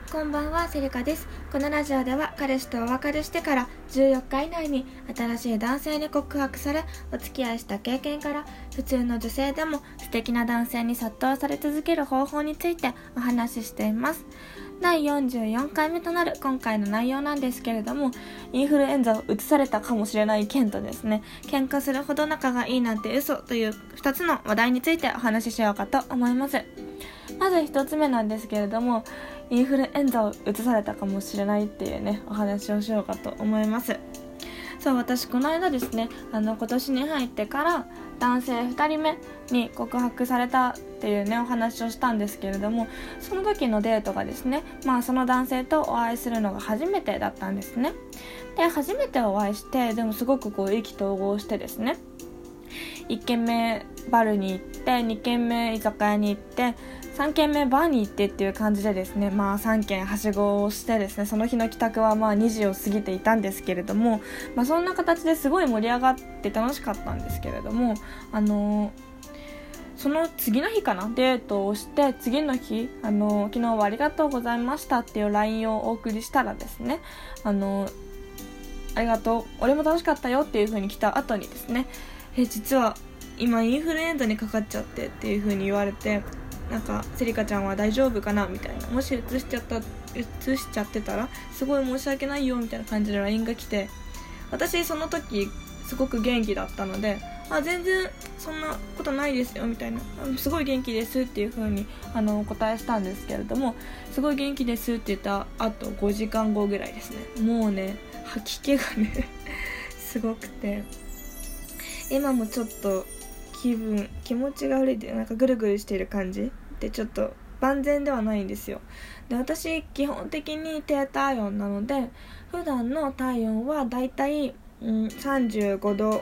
こんばんは、セリカです。このラジオでは彼氏とお別れしてから14日以内に新しい男性に告白されお付き合いした経験から普通の女性でも素敵な男性に殺到され続ける方法についてお話ししています。第44回目となる今回の内容なんですけれども、インフルエンザをうつされたかもしれない件とですね、喧嘩するほど仲がいいなんて嘘という2つの話題についてお話ししようかと思います。まず1つ目なんですけれども、インフルエンザをうつされたかもしれないっていうね、お話をしようかと思います。そう、私この間ですね、今年に入ってから男性2人目に告白されたっていうね、お話をしたんですけれども、その時のデートがですね、その男性とお会いするのが初めてだったんですね。で、初めてお会いして、でもすごく意気投合してですね、1軒目バルに行って、2軒目居酒屋に行って、3軒目バーに行ってっていう感じでですね、3軒はしごをしてですね、その日の帰宅は2時を過ぎていたんですけれども、そんな形ですごい盛り上がって楽しかったんですけれども、その次の日かな、デートをして次の日、昨日はありがとうございましたっていう LINE をお送りしたらですね、ありがとう、俺も楽しかったよっていう風に来た後にですね、実は今インフルエンザにかかっちゃってっていう風に言われて、セリカちゃんは大丈夫かなみたいな、もし移しちゃってたらすごい申し訳ないよみたいな感じで LINE が来て、私その時すごく元気だったので、全然そんなことないですよみたいな、すごい元気ですっていう風にお答えしたんですけれども、すごい元気ですって言ったあと5時間後ぐらいですね、もうね、吐き気がねすごくて、今もちょっと気持ちが悪いで、ぐるぐるしている感じで、ちょっと万全ではないんですよ。で、私基本的に低体温なので、普段の体温はだいたい35度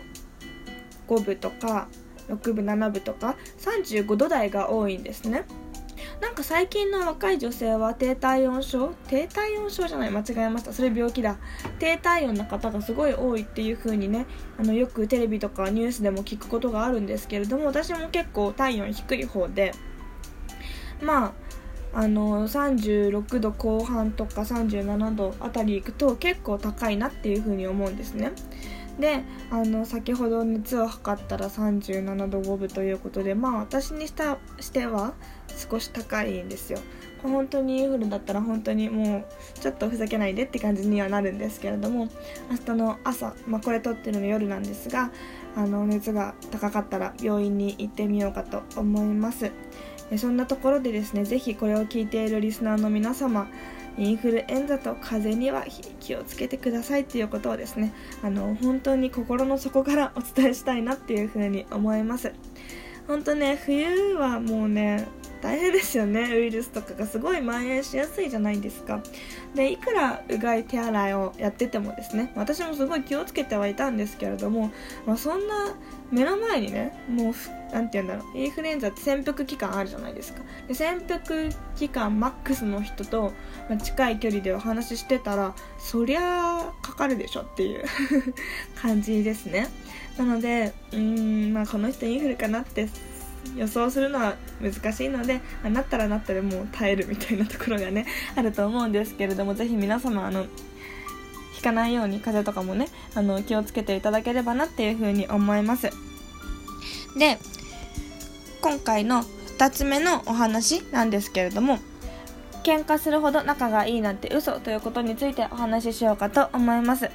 5分とか6分7分とか35度台が多いんですね。最近の若い女性は低体温症じゃない、間違えました、それ病気だ。低体温の方がすごい多いっていう風にね、よくテレビとかニュースでも聞くことがあるんですけれども、私も結構体温低い方で、36度後半とか37度あたり行くと結構高いなっていう風に思うんですね。で、先ほど熱を測ったら37度5分ということで、私にしては少し高いんですよ。本当にインフルだったら本当にもうちょっとふざけないでって感じにはなるんですけれども、明日の朝、これ撮ってるの夜なんですが、熱が高かったら病院に行ってみようかと思います。そんなところでですね、ぜひこれを聞いているリスナーの皆様、インフルエンザと風邪には気をつけてくださいということをですね、本当に心の底からお伝えしたいなっていうふうに思います。本当ね、冬はもうね、大変ですよね。ウイルスとかがすごい蔓延しやすいじゃないですか。で、いくらうがい手洗いをやっててもですね、私もすごい気をつけてはいたんですけれども、そんな目の前にね、もうインフルエンザって潜伏期間あるじゃないですか。で、潜伏期間マックスの人と、近い距離でお話ししてたら、そりゃかかるでしょっていう感じですね。なのでこの人インフルかなって予想するのは難しいので、なったらなったでもう耐えるみたいなところがねあると思うんですけれども、ぜひ皆様引かないように風邪とかもね気をつけていただければなっていうふうに思います。で、今回の2つ目のお話なんですけれども、喧嘩するほど仲がいいなんて嘘ということについてお話ししようかと思います。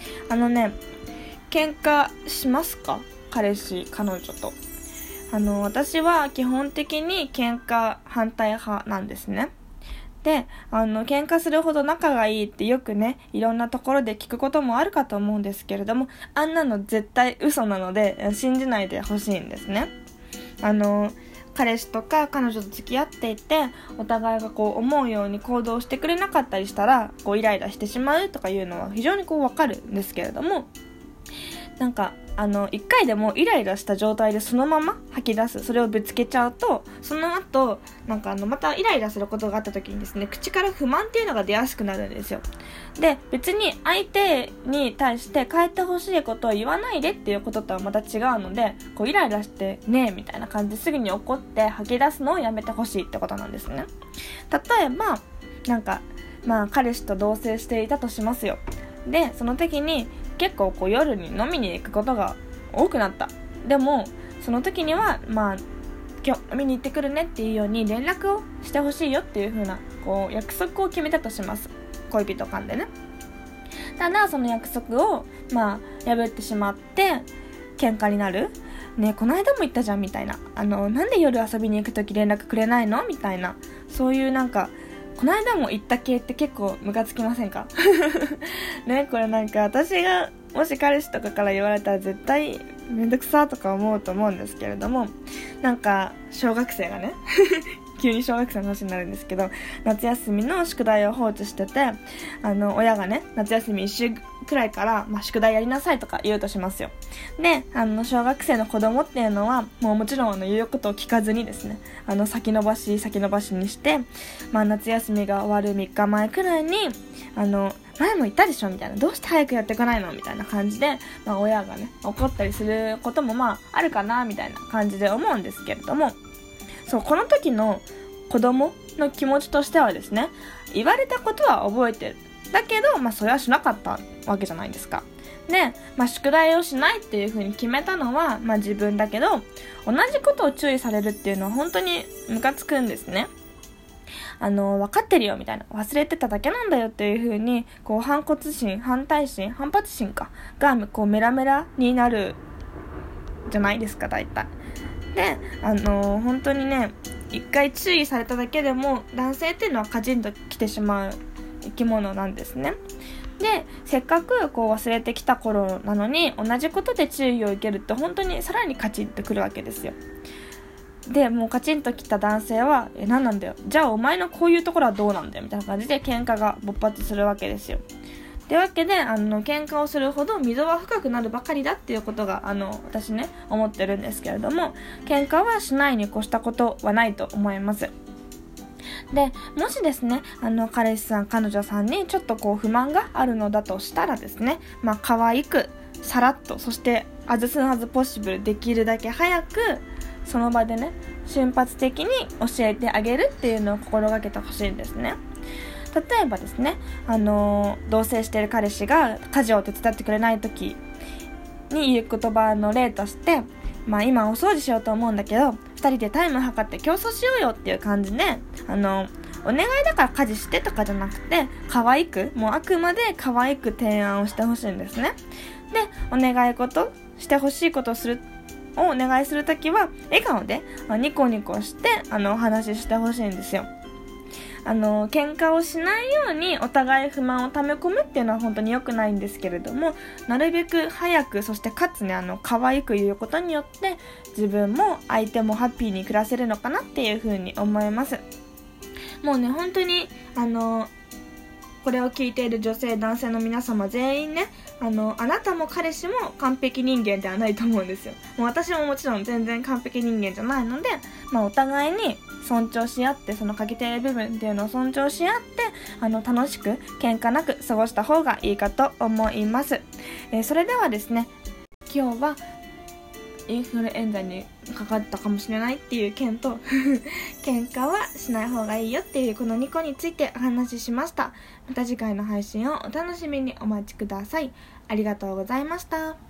喧嘩しますか？彼氏彼女と。私は基本的に喧嘩反対派なんですね。で、喧嘩するほど仲がいいってよくね、いろんなところで聞くこともあるかと思うんですけれども、あんなの絶対嘘なので信じないでほしいんですね。彼氏とか彼女と付き合っていて、お互いが思うように行動してくれなかったりしたらイライラしてしまうとかいうのは非常にわかるんですけれども、一回でもイライラした状態でそのまま吐き出す、それをぶつけちゃうと、その後またイライラすることがあった時にですね、口から不満っていうのが出やすくなるんですよ。で、別に相手に対して変えてほしいことを言わないでっていうこととはまた違うので、イライラしてねみたいな感じですぐに怒って吐き出すのをやめてほしいってことなんですね。例えば彼氏と同棲していたとしますよ。でその時に結構夜に飲みに行くことが多くなった。でもその時には今日飲みに行ってくるねっていうように連絡をしてほしいよっていう風な約束を決めたとします。恋人間でね。ただその約束を破ってしまって喧嘩になる。ね、この間も言ったじゃんみたいな、なんで夜遊びに行くとき連絡くれないのみたいな、そういうこの間も言った系って結構ムカつきませんかね、これ私がもし彼氏とかから言われたら絶対めんどくさとか思うと思うんですけれども、小学生がね急に小学生の話になるんですけど、夏休みの宿題を放置してて、親がね夏休み1週くらいから、宿題やりなさいとか言うとしますよ。で小学生の子供っていうのはもちろん言うことを聞かずにですね、先延ばしにして、夏休みが終わる3日前くらいに前も言ったでしょみたいな、どうして早くやっていかないのみたいな感じで、親がね怒ったりすることもあるかなみたいな感じで思うんですけれども、この時の子供の気持ちとしてはですね、言われたことは覚えてる。だけど、それはしなかったわけじゃないですか。で、宿題をしないっていう風に決めたのは、自分だけど、同じことを注意されるっていうのは本当にムカつくんですね。分かってるよみたいな、忘れてただけなんだよっていう風に、反発心がメラメラになるじゃないですか、大体。で、本当にね、一回注意されただけでも男性っていうのはカチンと来てしまう生き物なんですね。で、せっかく忘れてきた頃なのに同じことで注意を受けるって本当にさらにカチンとくるわけですよ。で、もうカチンと来た男性は何なんだよ、じゃあお前のこういうところはどうなんだよみたいな感じで喧嘩が勃発するわけですよ。というわけで喧嘩をするほど溝は深くなるばかりだっていうことが私ね思ってるんですけれども、喧嘩はしないに越したことはないと思います。で、もしですね彼氏さん彼女さんにちょっと不満があるのだとしたらですね、可愛くさらっと、そしてas soon as possible、できるだけ早くその場でね瞬発的に教えてあげるっていうのを心がけてほしいんですね。例えばですね、同棲している彼氏が家事を手伝ってくれない時に言う言葉の例として、今お掃除しようと思うんだけど2人でタイム測って競争しようよっていう感じで、お願いだから家事してとかじゃなくて、可愛く、あくまで可愛く提案をしてほしいんですね。で、お願い事してほしいことをお願いするときは笑顔でニコニコしてお話ししてほしいんですよ。喧嘩をしないようにお互い不満を溜め込むっていうのは本当に良くないんですけれども、なるべく早く、そしてかつね可愛く言うことによって自分も相手もハッピーに暮らせるのかなっていう風に思います。もうね、本当にこれを聞いている女性男性の皆様全員ね、あなたも彼氏も完璧人間ではないと思うんですよ。もう私ももちろん全然完璧人間じゃないので、お互いに尊重し合って、その欠けている部分っていうのを尊重し合って楽しく喧嘩なく過ごした方がいいかと思います。それではですね、今日はインフルエンザにかかったかもしれないっていう件と喧嘩はしない方がいいよっていうこの2個についてお話ししました。また次回の配信をお楽しみにお待ちください。ありがとうございました。